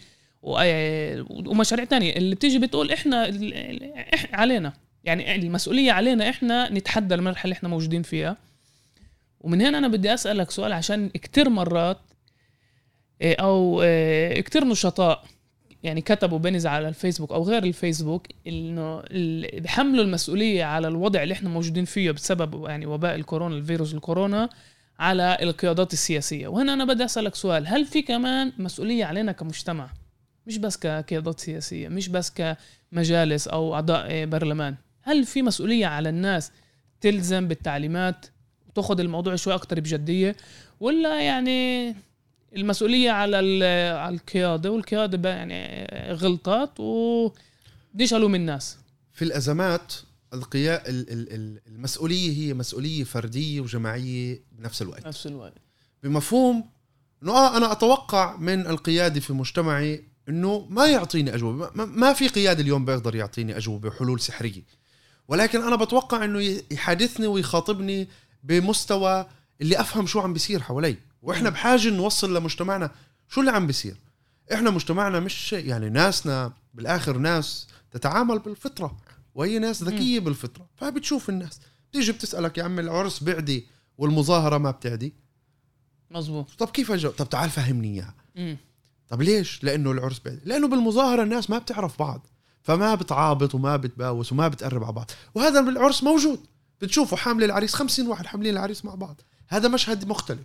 ومشاريع تانية اللي بتيجي بتقول احنا احنا علينا يعني المسؤوليه علينا احنا نتحدى المرحله اللي احنا موجودين فيها. ومن هنا انا بدي اسالك سؤال عشان كتير مرات او كتير نشطاء يعني كتبوا بينز على الفيسبوك او غير الفيسبوك انه بيحملوا المسؤوليه على الوضع اللي احنا موجودين فيه بسبب يعني وباء الكورونا الفيروس الكورونا على القيادات السياسيه. وهنا انا بدي اسالك سؤال هل في كمان مسؤوليه علينا كمجتمع مش بس كقيادات سياسيه مش بس كمجالس او اعضاء برلمان. هل في مسؤوليه على الناس تلزم بالتعليمات وتاخذ الموضوع شوي اكتر بجديه ولا يعني المسؤوليه على على القياده والقياده يعني غلطات وديش الوم الناس. في الازمات القيا المسؤوليه هي مسؤوليه فرديه وجماعيه بنفس الوقت نفس الوقت بمفهوم انه آه انا اتوقع من القياده في مجتمعي انه ما يعطيني اجوبه. ما في قيادي اليوم بيقدر يعطيني اجوبه وحلول سحريه ولكن انا بتوقع انه يحادثني ويخاطبني بمستوى اللي افهم شو عم بيصير حوالي. واحنا بحاجه نوصل لمجتمعنا شو اللي عم بيصير. احنا مجتمعنا مش يعني ناسنا بالاخر ناس تتعامل بالفطره وهي ناس ذكيه بالفطره فبتشوف الناس بتيجي بتسالك يا عم العرس بعدي والمظاهره ما بتعدي مظبوط. طب كيف اجاوب؟ طب تعال فهمني اياها. طب ليش؟ لانه العرس بعدي لانه بالمظاهره الناس ما بتعرف بعض فما بتعابط وما بتباوس وما بتقرب على بعض. وهذا بالعرس موجود بتشوفوا حامل العريس خمسين واحد حاملين العريس مع بعض. هذا مشهد مختلف.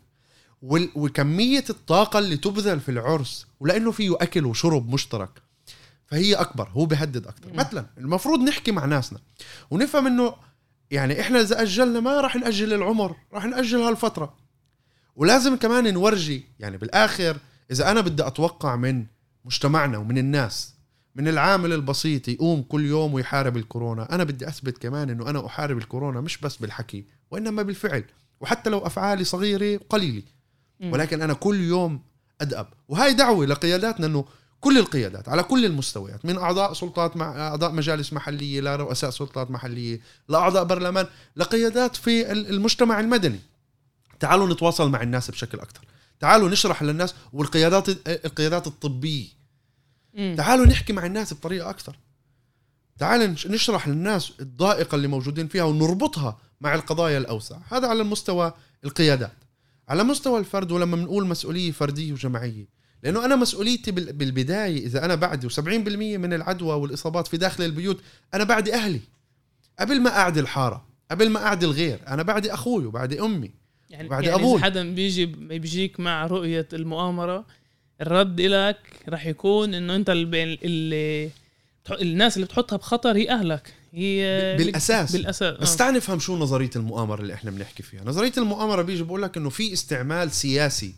وكمية الطاقة اللي تبذل في العرس ولأنه فيه أكل وشرب مشترك فهي أكبر. هو بيهدد أكتر. مثلا المفروض نحكي مع ناسنا ونفهم أنه يعني إحنا إذا أجلنا ما راح نأجل العمر راح نأجل هالفترة. ولازم كمان نورجي يعني بالآخر إذا أنا بدي أتوقع من مجتمعنا ومن الناس من العامل البسيط يقوم كل يوم ويحارب الكورونا أنا بدي أثبت كمان أنه أنا أحارب الكورونا مش بس بالحكي وإنما بالفعل وحتى لو أفعالي صغيرة قليلة ولكن أنا كل يوم أدأب. وهاي دعوة لقياداتنا أنه كل القيادات على كل المستويات من أعضاء سلطات مع أعضاء مجالس محلية لرؤساء سلطات محلية لأعضاء برلمان لقيادات في المجتمع المدني تعالوا نتواصل مع الناس بشكل أكتر. تعالوا نشرح للناس والقيادات القيادات الطبية م. تعالوا نحكي مع الناس بطريقة أكتر. تعالوا نشرح للناس الضائقة اللي موجودين فيها ونربطها مع القضايا الأوسع. هذا على المستوى القيادات. على مستوى الفرد ولما بنقول مسؤولية فردية وجماعية لأنه أنا مسؤوليتي بالبداية إذا أنا بعدي وسبعين بالمية من العدوى والإصابات في داخل البيوت أنا بعدي أهلي قبل ما أعدي الحارة قبل ما أعدي الغير. أنا بعدي أخوي وبعدي أمي يعني, يعني إذا حدا بيجي بيجيك مع رؤية المؤامرة الرد إلك رح يكون إنه أنت اللي الناس اللي بتحطها بخطر هي أهلك هي بالأساس. بالأساس بس تعال نفهم شو نظرية المؤامرة اللي إحنا بنحكي فيها. نظرية المؤامرة بيجي بقول لك إنه في استعمال سياسي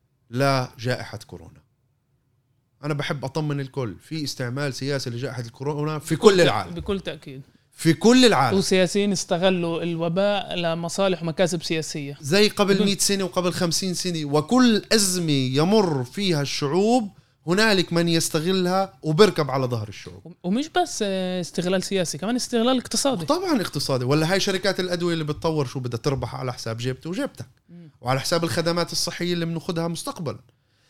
لجائحة كورونا. أنا بحب أطمن الكل في استعمال سياسي لجائحة الكورونا في كل العالم بكل تأكيد في كل العالم. وسياسيين استغلوا الوباء لمصالح ومكاسب سياسية زي قبل مئة سنة وقبل خمسين سنة. وكل أزمة يمر فيها الشعوب هنالك من يستغلها وبركب على ظهر الشعوب. ومش بس استغلال سياسي كمان استغلال اقتصادي. طبعا اقتصادي. ولا هاي شركات الأدوية اللي بتطور شو بدها تربح على حساب جيبته وجيبتك م. وعلى حساب الخدمات الصحية اللي بناخدها مستقبلا.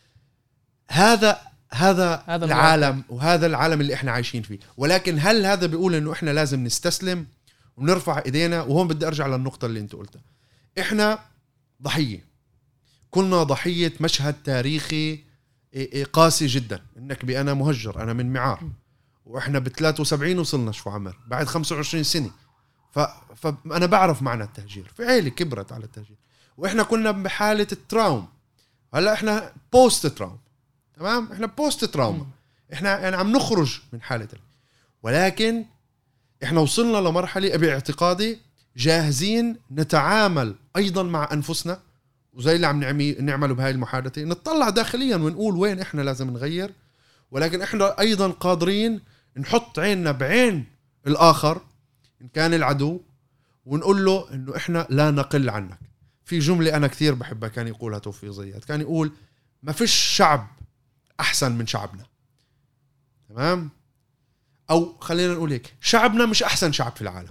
هذا هذا, هذا العالم الواقع. وهذا العالم اللي احنا عايشين فيه. ولكن هل هذا بيقول انه احنا لازم نستسلم ونرفع ايدينا. وهون بدي ارجع للنقطة اللي انت قلتها، احنا ضحية، كنا ضحية مشهد تاريخي قاسي جدا. انك بي انا مهجر، انا من معار، واحنا ب ثلاثة وسبعين وصلنا شو عمر بعد خمسة وعشرين سنة. ف... فانا بعرف معنى التهجير، في عيلة كبرت على التهجير، واحنا كنا بحالة التراوم. هلا احنا بوست تراوم، تمام، احنا بوست تراوم، احنا يعني عم نخرج من حالة. ولكن احنا وصلنا لمرحلة باعتقادي جاهزين نتعامل ايضا مع انفسنا، وزي اللي عم نعمي نعمله بهاي المحادثة، نطلع داخليا ونقول وين احنا لازم نغير. ولكن احنا ايضا قادرين نحط عيننا بعين الاخر ان كان العدو، ونقول له انه احنا لا نقل عنك. في جملة انا كثير بحبها كان يقولها توفيق زياد، كان يقول ما فيش شعب احسن من شعبنا، تمام؟ او خلينا نقول هيك، شعبنا مش احسن شعب في العالم،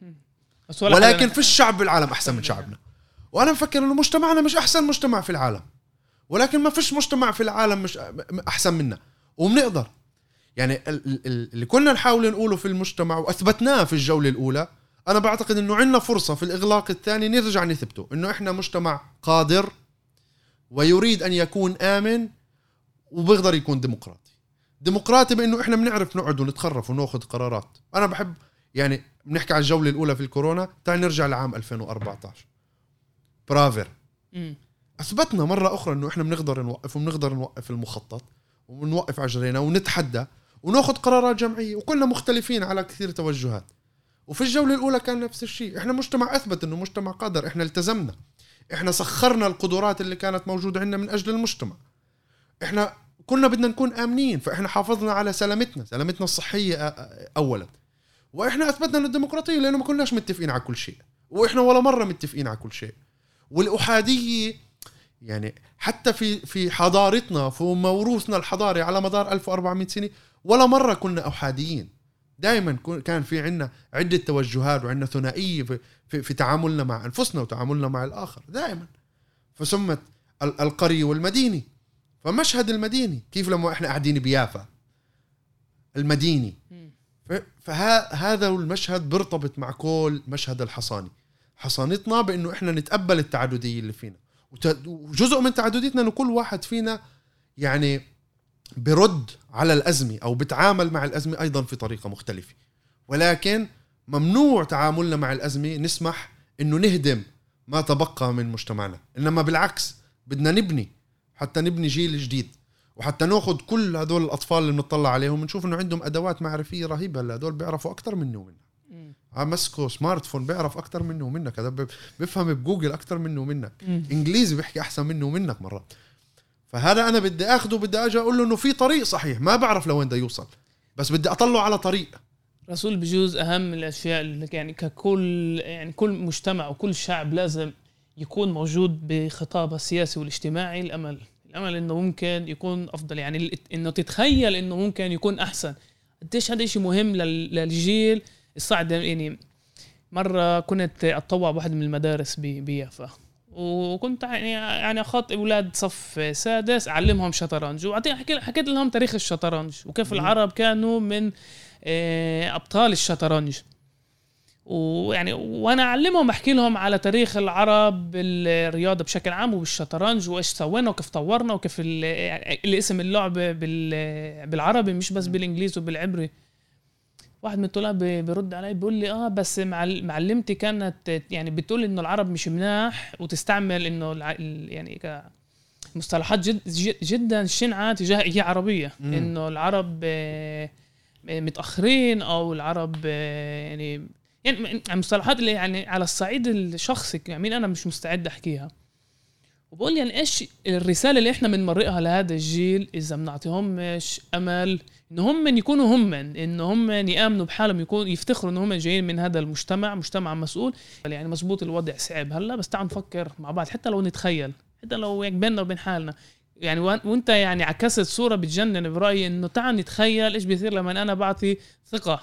ولكن في الشعب بالعالم احسن من شعبنا. وانا مفكر انه مجتمعنا مش احسن مجتمع في العالم، ولكن ما فيش مجتمع في العالم مش احسن منا، وبنقدر. يعني اللي كنا نحاول نقوله في المجتمع واثبتناه في الجولة الاولى، انا بعتقد انه عندنا فرصة في الاغلاق الثاني نرجع نثبته انه احنا مجتمع قادر ويريد ان يكون امن وبيقدر يكون ديمقراطي. ديمقراطي بانه احنا بنعرف نقعد ونتخرف وناخذ قرارات. انا بحب يعني بنحكي على الجولة الاولى في الكورونا، تعال نرجع لعام ألفين وأربعة عشر برافر. م. اثبتنا مرة اخرى انه احنا بنقدر نوقف، وبنقدر نوقف المخطط، ونوقف عجلينا ونتحدى وناخذ قرارات جمعية، وكلنا مختلفين على كثير توجهات. وفي الجولة الأولى كان نفس الشيء، إحنا مجتمع أثبت إنه مجتمع قادر، إحنا التزمنا، إحنا سخرنا القدرات اللي كانت موجودة عندنا من أجل المجتمع. إحنا كنا بدنا نكون آمنين، فإحنا حافظنا على سلامتنا سلامتنا الصحية أولا. وإحنا أثبتنا إنه الديمقراطية لأنه ما كناش متفقين على كل شيء، وإحنا ولا مرة متفقين على كل شيء. والأحادية يعني حتى في في حضارتنا، في موروثنا الحضاري على مدار ألف وأربعمائة سنة، ولا مرة كنا أحاديين. دائما كان في عنا عدة توجهات وعنا ثنائية في, في, في تعاملنا مع أنفسنا وتعاملنا مع الآخر دائما. فسمت القرية والمديني. فمشهد المديني كيف لما احنا قاعدين بيافا المديني، فهذا المشهد برتبط مع كل مشهد الحصاني. حصانتنا بأنه احنا نتقبل التعددية اللي فينا، وجزء من تعدديتنا انه كل واحد فينا يعني برد على الأزمة أو بتعامل مع الأزمة أيضا في طريقة مختلفة. ولكن ممنوع تعاملنا مع الأزمة نسمح إنه نهدم ما تبقى من مجتمعنا، إنما بالعكس بدنا نبني، حتى نبني جيل جديد، وحتى نأخذ كل هذول الأطفال اللي بنطلع عليهم ونشوف إنه عندهم أدوات معرفية رهيبة. هذول بيعرفوا أكتر منه ومنك، مسكوا سمارت فون بيعرف أكتر منه ومنك، هذا بيفهم بجوجل أكتر منه ومنك، إنجليزي بيحكي أحسن منه ومنك مرات. فهذا أنا بدي أخده، بدي أجي أقول له إنه في طريق صحيح، ما بعرف لوين ده يوصل، بس بدي أطلعه على طريق. رسول بجوز أهم الأشياء اللي يعني ككل يعني كل مجتمع وكل شعب لازم يكون موجود بخطابه السياسي والاجتماعي الأمل. الأمل إنه ممكن يكون أفضل، يعني إنه تتخيل إنه ممكن يكون أحسن. قديش هذا إشي مهم للجيل الصاعد. يعني مرة كنت أتطوع بواحد من المدارس بيافا، وكنت يعني يعني اخاطب اولاد صف سادس اعلمهم شطرنج، وبعدين حكيت لهم تاريخ الشطرنج وكيف العرب كانوا من ابطال الشطرنج. ويعني وانا اعلمهم احكي لهم على تاريخ العرب بالرياضه بشكل عام وبالشطرنج، وايش سوينا وكيف طورنا وكيف الاسم اللعب بالعربي مش بس بالانجليزي وبالعبري. واحد من الطلاب بيرد علي بيقول لي اه بس معلمتي كانت يعني بتقول انه العرب مش مناح، وتستعمل انه يعني مصطلحات جد جدا شنعة تجاه هي عربية، مم. انه العرب متأخرين او العرب يعني يعني مصطلحات اللي يعني على الصعيد الشخصي يعني انا مش مستعد احكيها. وبقول يعني ايش الرسالة اللي احنا بنمرقها لهذا الجيل اذا بنعطيهم مش امل ان هم من يكونوا هم ان هم يامنوا بحالهم، يكون يفتخروا ان هم جايين من هذا المجتمع، مجتمع مسؤول. يعني مزبوط الوضع صعب هلا، بس تعال نفكر مع بعض، حتى لو نتخيل، حتى لو بيننا وبين حالنا يعني، وانت يعني عكست صورة بتجنن برأيي، انه تعال نتخيل ايش بيصير لما انا بعطي ثقة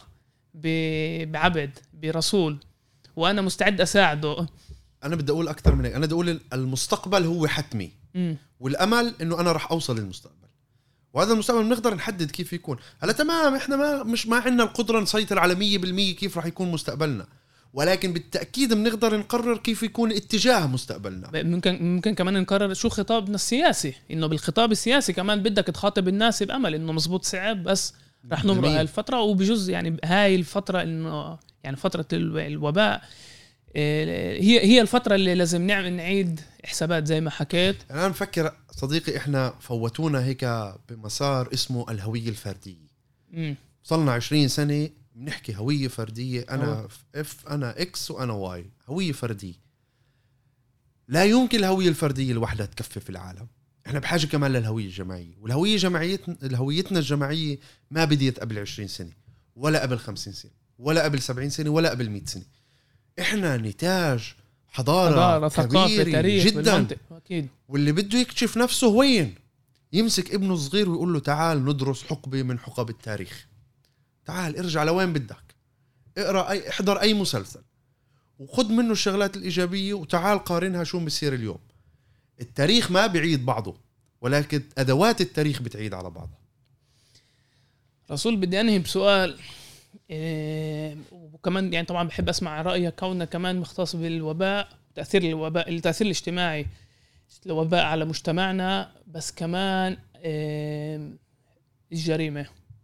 بعبد برسول وانا مستعد اساعده. انا بدي اقول اكثر من هيك، انا بدي اقول المستقبل هو حتمي، م. والامل انه انا راح اوصل للمستقبل، وهذا المستقبل بنقدر نحدد كيف يكون. هلا تمام احنا ما مش ما عندنا القدرة نسيطر على مية بالمية كيف راح يكون مستقبلنا، ولكن بالتأكيد بنقدر نقرر كيف يكون اتجاه مستقبلنا. ممكن ممكن كمان نقرر شو خطابنا السياسي، إنه بالخطاب السياسي كمان بدك تخاطب الناس بأمل إنه مزبوط صعب بس رح نمر هاي الفترة، وبجوز يعني هاي الفترة إنه يعني فترة الوباء هي هي الفترة اللي لازم نعمل نعيد حسابات زي ما حكيت. أنا مفكر صديقي إحنا فوتونا هيك بمسار اسمه الهوية الفردية. م. صلنا عشرين سنة بنحكي هوية فردية، أنا اف أنا إكس وأنا واي، هوية فردية. لا يمكن الهوية الفردية لوحدها تكفي في العالم. إحنا بحاجة كمان للهوية الجماعية، والهوية جماعيتنا الهويتنا الجماعية ما بديت قبل عشرين سنة ولا قبل خمسين سنة ولا قبل سبعين سنة ولا قبل مئة سنة. إحنا نتاج حضارة, حضارة ثقافة تاريخ جدا أكيد. واللي بده يكتشف نفسه وين يمسك ابنه صغير ويقول له تعال ندرس حقبة من حقب التاريخ، تعال ارجع لوين بدك، اقرأ أي احضر أي مسلسل وخد منه الشغلات الإيجابية وتعال قارنها شو بيصير اليوم. التاريخ ما بيعيد بعضه، ولكن أدوات التاريخ بتعيد على بعضها. رسول بدي أنهي بسؤال إيه، وكمان يعني طبعا بحب أسمع رأيك كوننا كمان مختص بالوباء، تأثير الوباء التأثير الاجتماعي الوباء على مجتمعنا، بس كمان إيه الجريمة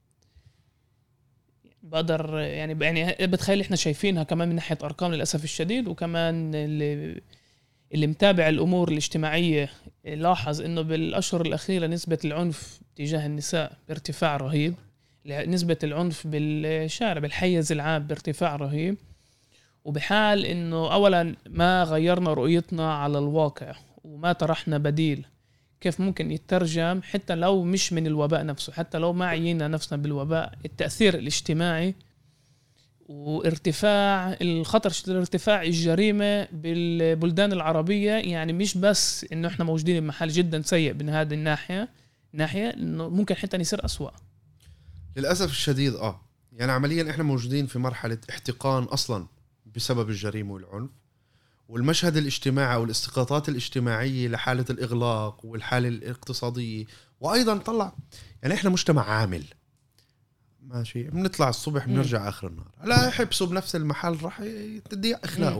بقدر يعني يعني بتخيل احنا شايفينها كمان من ناحية أرقام للأسف الشديد، وكمان اللي اللي متابع الأمور الاجتماعية لاحظ إنه بالأشهر الأخيرة نسبة العنف تجاه النساء بارتفاع رهيب، نسبة العنف بالشارع بالحيز العام بارتفاع رهيب. وبحال إنه أولا ما غيرنا رؤيتنا على الواقع وما طرحنا بديل كيف ممكن يترجم حتى لو مش من الوباء نفسه، حتى لو ما عينا نفسنا بالوباء، التأثير الاجتماعي وارتفاع الخطر ارتفاع الجريمة بالبلدان العربية. يعني مش بس إنه إحنا موجودين بمحل جدا سيء من هذه الناحية ناحية إنه ممكن حتى يصير أسوأ للأسف الشديد. آه يعني عمليا إحنا موجودين في مرحلة احتقان أصلا بسبب الجريمة والعنف، والمشهد الاجتماعي والاسقاطات الاجتماعية لحالة الإغلاق والحالة الاقتصادية. وأيضا طلع يعني إحنا مجتمع عامل ماشي، بنطلع الصبح بنرجع آخر النهار، لا يحبسوا بنفس المحل راح تضيع أخلاقه.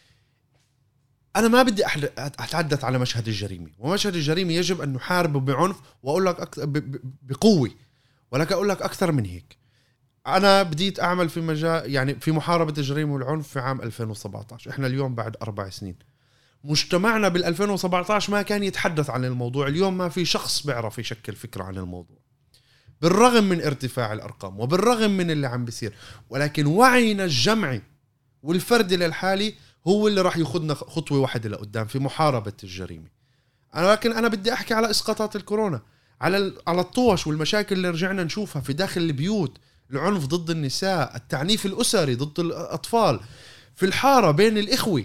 أنا ما بدي أتحدث على مشهد الجريمة، ومشهد الجريمة يجب أن نحاربه بعنف وأقول لك أكثر بقوة، ولكن أقول لك أكثر من هيك. أنا بديت أعمل في مجال يعني في محاربة الجريمة والعنف في عام ألفين وسبعة عشر. إحنا اليوم بعد أربع سنين، مجتمعنا بال ألفين وسبعة عشر ما كان يتحدث عن الموضوع. اليوم ما في شخص بيعرف يشكل فكرة عن الموضوع بالرغم من ارتفاع الأرقام وبالرغم من اللي عم بيصير، ولكن وعينا الجمعي والفردي للحالي هو اللي راح ياخذنا خطوة واحدة لقدام في محاربة الجريمة. أنا لكن أنا بدي أحكي على إسقاطات الكورونا، على على الطوش والمشاكل اللي رجعنا نشوفها في داخل البيوت، العنف ضد النساء، التعنيف الأسري ضد الأطفال، في الحارة بين الإخوة.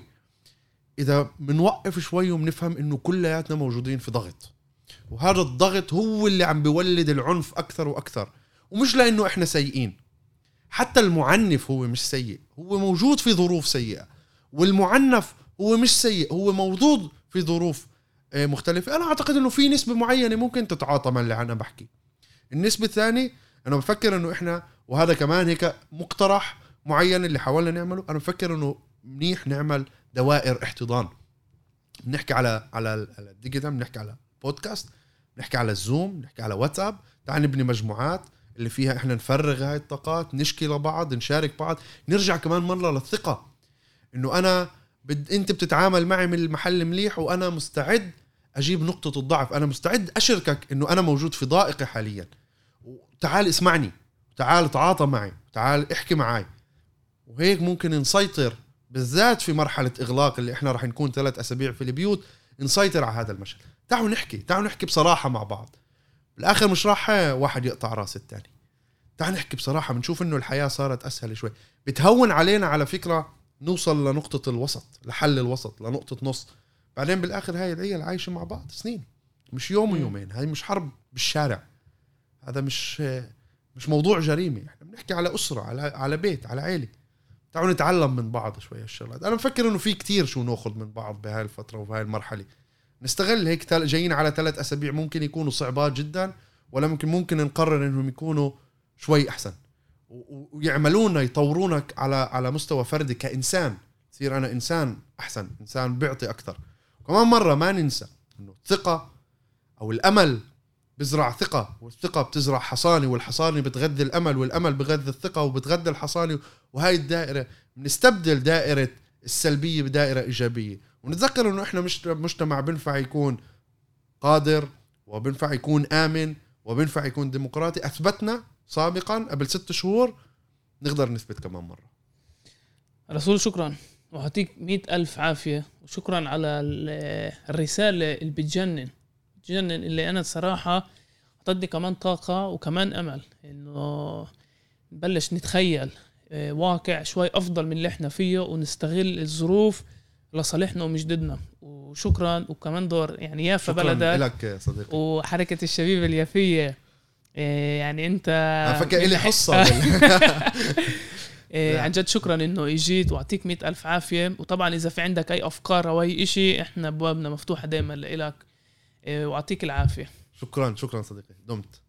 إذا منوقف شوي ومنفهم إنه كلياتنا موجودين في ضغط، وهذا الضغط هو اللي عم بيولد العنف أكثر وأكثر. ومش لأنه إحنا سيئين، حتى المعنف هو مش سيء، هو موجود في ظروف سيئة، والمعنف هو مش سيء، هو موجود في ظروف مختلفة. أنا أعتقد إنه في نسبة معينة ممكن تتعاطى مع اللي أنا بحكي. النسبة الثانية أنا بفكر إنه إحنا، وهذا كمان هيك مقترح معين اللي حاولنا نعمله، أنا بفكر إنه منيح نعمل دوائر احتضان. بنحكي على على الديجيتال، بنحكي على بودكاست، نحكي على الزوم، نحكي على واتساب، تعال نبني مجموعات اللي فيها احنا نفرغ هاي الطاقات، نشكي لبعض، نشارك بعض، نرجع كمان مرة للثقة انه انا بد... انت بتتعامل معي من المحل مليح وانا مستعد اجيب نقطة الضعف، انا مستعد اشاركك انه انا موجود في ضائقة حاليا، وتعال اسمعني، تعال تعاطى معي، تعال احكي معي. وهيك ممكن نسيطر بالذات في مرحلة اغلاق اللي احنا راح نكون ثلاث اسابيع في البيوت، نسيطر على هذا المشهد. تعالوا نحكي، تعالوا نحكي بصراحة مع بعض. بالآخر مش راح واحد يقطع راس التاني. تعالوا نحكي بصراحة، بنشوف إنه الحياة صارت أسهل شوي، بتهون علينا على فكرة نوصل لنقطة الوسط، لحل الوسط، لنقطة نص. بعدين بالآخر هاي العيال عايشة مع بعض سنين، مش يوم ويومين. هاي مش حرب بالشارع، هذا مش مش موضوع جريمة. احنا بنحكي على أسرة، على على بيت، على عائلة. تعالوا نتعلم من بعض شوية الشغلات. أنا مفكر إنه في كتير شو نأخذ من بعض بهاي الفترة وبهاي المرحلة. نستغل هيك جايين على ثلاث أسابيع ممكن يكونوا صعبات جدا، ولا ممكن ممكن نقرر إنهم يكونوا شوي أحسن. ويعملونا يطورونك على على مستوى فردي كإنسان. تصير أنا إنسان أحسن، إنسان بيعطي أكتر. كمان مرة ما ننسى إنه الثقة أو الأمل بزرع ثقة، والثقة بتزرع حصاني، والحصاني بتغذي الأمل، والأمل بغذي الثقة وبتغذي الحصاني. وهاي الدائرة بنستبدل دائرة السلبية بدائرة إيجابية. ونتذكر إنه إحنا مش مجتمع بنفع يكون قادر، وبنفع يكون آمن، وبنفع يكون ديمقراطي. أثبتنا سابقا قبل ست شهور، نقدر نثبت كمان مرة. رسول شكرا وعطيك مئة ألف عافية، وشكرا على الرسالة اللي بتجنن بتجنن اللي أنا صراحة أعطتني كمان طاقة وكمان أمل إنه نبلش نتخيل واقع شوي أفضل من اللي إحنا فيه، ونستغل الظروف لصالحنا ومش ضدنا. وشكرا. وكمان دور يعني يافا بلدك لك صديقي، وحركة الشبيبة اليافية. يعني أنت فكر إلي حصة عن جد شكرا إنه إجيت، وأعطيك مئة ألف عافية. وطبعا إذا في عندك أي أفكار أو أي إشي إحنا أبوابنا مفتوحة دائما لإلك، وأعطيك العافية. شكرا شكرا صديقي، دمت.